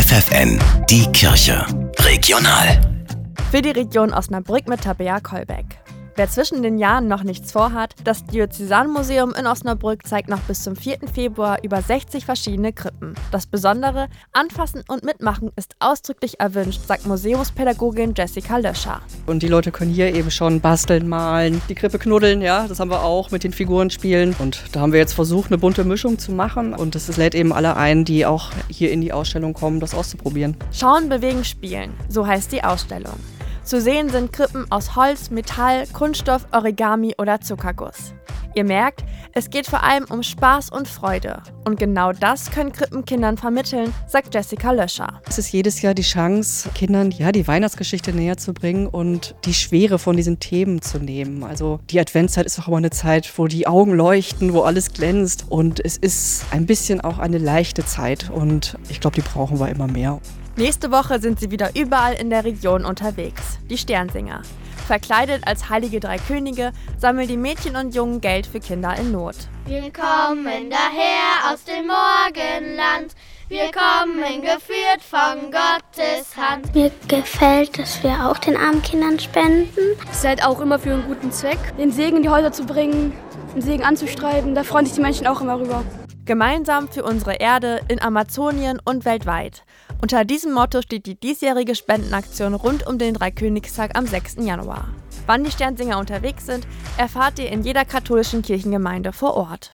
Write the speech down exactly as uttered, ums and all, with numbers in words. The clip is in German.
F F N, die Kirche. Regional. Für die Region Osnabrück mit Tabea Kolbeck. Wer zwischen den Jahren noch nichts vorhat, das Diözesanmuseum in Osnabrück zeigt noch bis zum vierten Februar über sechzig verschiedene Krippen. Das Besondere, Anfassen und Mitmachen ist ausdrücklich erwünscht, sagt Museumspädagogin Jessica Löscher. Und die Leute können hier eben schon basteln, malen, die Krippe knuddeln, ja, das haben wir auch mit den Figuren spielen. Und da haben wir jetzt versucht, eine bunte Mischung zu machen. Und es lädt eben alle ein, die auch hier in die Ausstellung kommen, das auszuprobieren. Schauen, bewegen, spielen, so heißt die Ausstellung. Zu sehen sind Krippen aus Holz, Metall, Kunststoff, Origami oder Zuckerguss. Ihr merkt, es geht vor allem um Spaß und Freude. Und genau das können Krippenkindern vermitteln, sagt Jessica Löscher. Es ist jedes Jahr die Chance, Kindern ja, die Weihnachtsgeschichte näher zu bringen und die Schwere von diesen Themen zu nehmen. Also die Adventszeit ist auch immer eine Zeit, wo die Augen leuchten, wo alles glänzt. Und es ist ein bisschen auch eine leichte Zeit. Und ich glaube, die brauchen wir immer mehr. Nächste Woche sind sie wieder überall in der Region unterwegs, die Sternsinger. Verkleidet als heilige drei Könige sammeln die Mädchen und Jungen Geld für Kinder in Not. Wir kommen daher aus dem Morgenland, wir kommen geführt von Gottes Hand. Mir gefällt, dass wir auch den armen Kindern spenden. Es ist halt auch immer für einen guten Zweck, den Segen in die Häuser zu bringen, den Segen anzustreiben, da freuen sich die Menschen auch immer rüber. Gemeinsam für unsere Erde in Amazonien und weltweit. Unter diesem Motto steht die diesjährige Spendenaktion rund um den Dreikönigstag am sechsten Januar. Wann die Sternsinger unterwegs sind, erfahrt ihr in jeder katholischen Kirchengemeinde vor Ort.